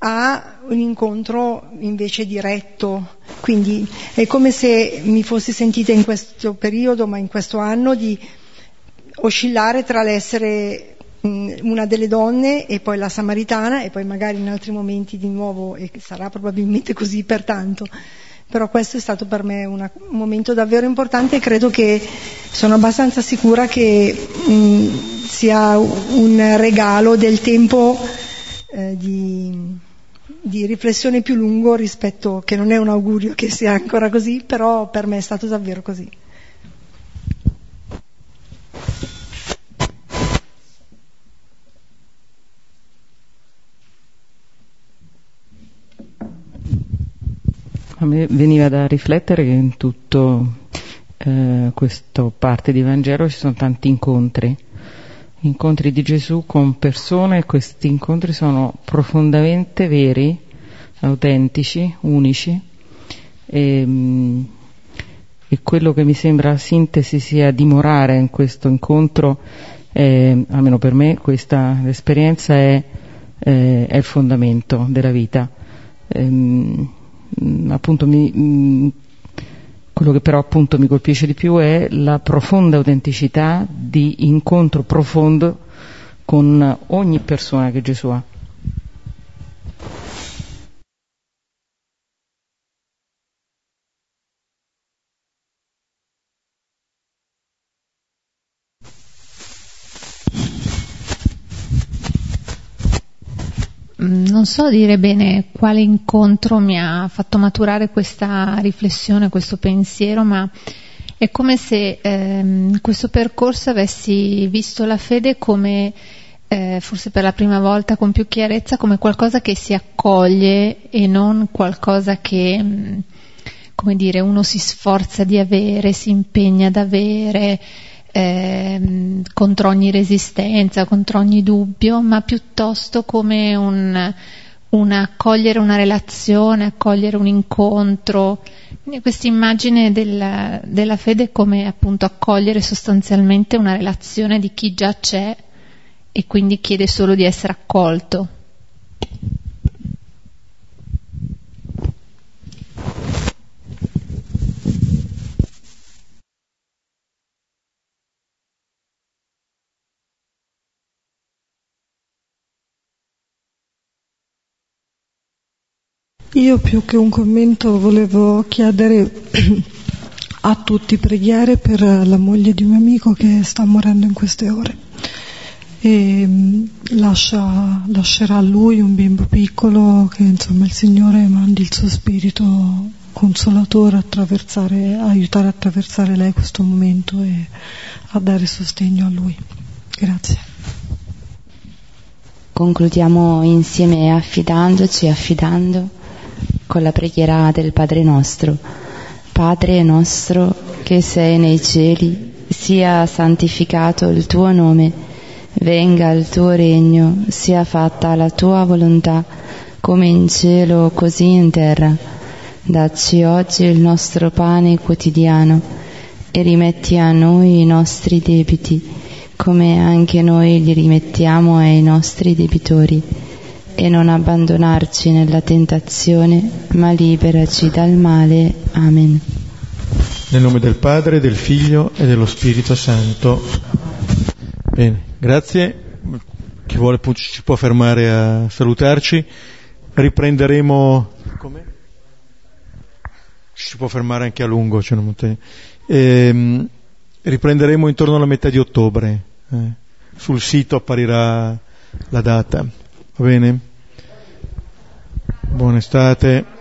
a un incontro invece diretto. Quindi è come se mi fossi sentita in questo periodo, ma in questo anno, di oscillare tra l'essere una delle donne e poi la Samaritana, e poi magari in altri momenti di nuovo, e sarà probabilmente così per tanto, però questo è stato per me una, un momento davvero importante, e credo che, sono abbastanza sicura che mh, sia un regalo del tempo eh, di, di riflessione più lungo rispetto, che non è un augurio che sia ancora così, però per me è stato davvero così.
A me veniva da riflettere che in tutto eh, questa parte di Vangelo ci sono tanti incontri, incontri di Gesù con persone, e questi incontri sono profondamente veri, autentici, unici, e, e quello che mi sembra la sintesi sia dimorare in questo incontro, eh, almeno per me questa esperienza è, eh, è il fondamento della vita. Ehm, appunto mi, mh, quello che però appunto mi colpisce di più è la profonda autenticità di incontro profondo con ogni persona che Gesù ha.
Non so dire bene quale incontro mi ha fatto maturare questa riflessione, questo pensiero, ma è come se ehm, questo percorso avessi visto la fede come, eh, forse per la prima volta con più chiarezza, come qualcosa che si accoglie e non qualcosa che, mh, come dire, uno si sforza di avere, si impegna ad avere, Eh, contro ogni resistenza, contro ogni dubbio, ma piuttosto come un, un accogliere una relazione, accogliere un incontro. Quindi questa immagine della, della fede come appunto accogliere sostanzialmente una relazione di chi già c'è e quindi chiede solo di essere accolto.
Io più che un commento volevo chiedere a tutti preghiere per la moglie di un mio amico che sta morendo in queste ore e lascia, lascerà a lui un bimbo piccolo, che insomma il Signore mandi il suo spirito consolatore a attraversare, a aiutare a attraversare lei questo momento e a dare sostegno a lui. Grazie.
Concludiamo insieme affidandoci, affidando con la preghiera del Padre nostro. Padre nostro che sei nei cieli, sia santificato il tuo nome, venga il tuo regno, sia fatta la tua volontà, come in cielo così in terra. Dacci oggi il nostro pane quotidiano e rimetti a noi i nostri debiti, come anche noi li rimettiamo ai nostri debitori. E non abbandonarci nella tentazione, ma liberaci dal male. Amen.
Nel nome del Padre, del Figlio e dello Spirito Santo. Bene, grazie. Chi vuole ci può fermare a salutarci. Riprenderemo... Come? Ci può fermare anche a lungo, c'è una montagna. Ehm, riprenderemo intorno alla metà di ottobre. Eh. Sul sito apparirà la data. Va bene? Buona estate.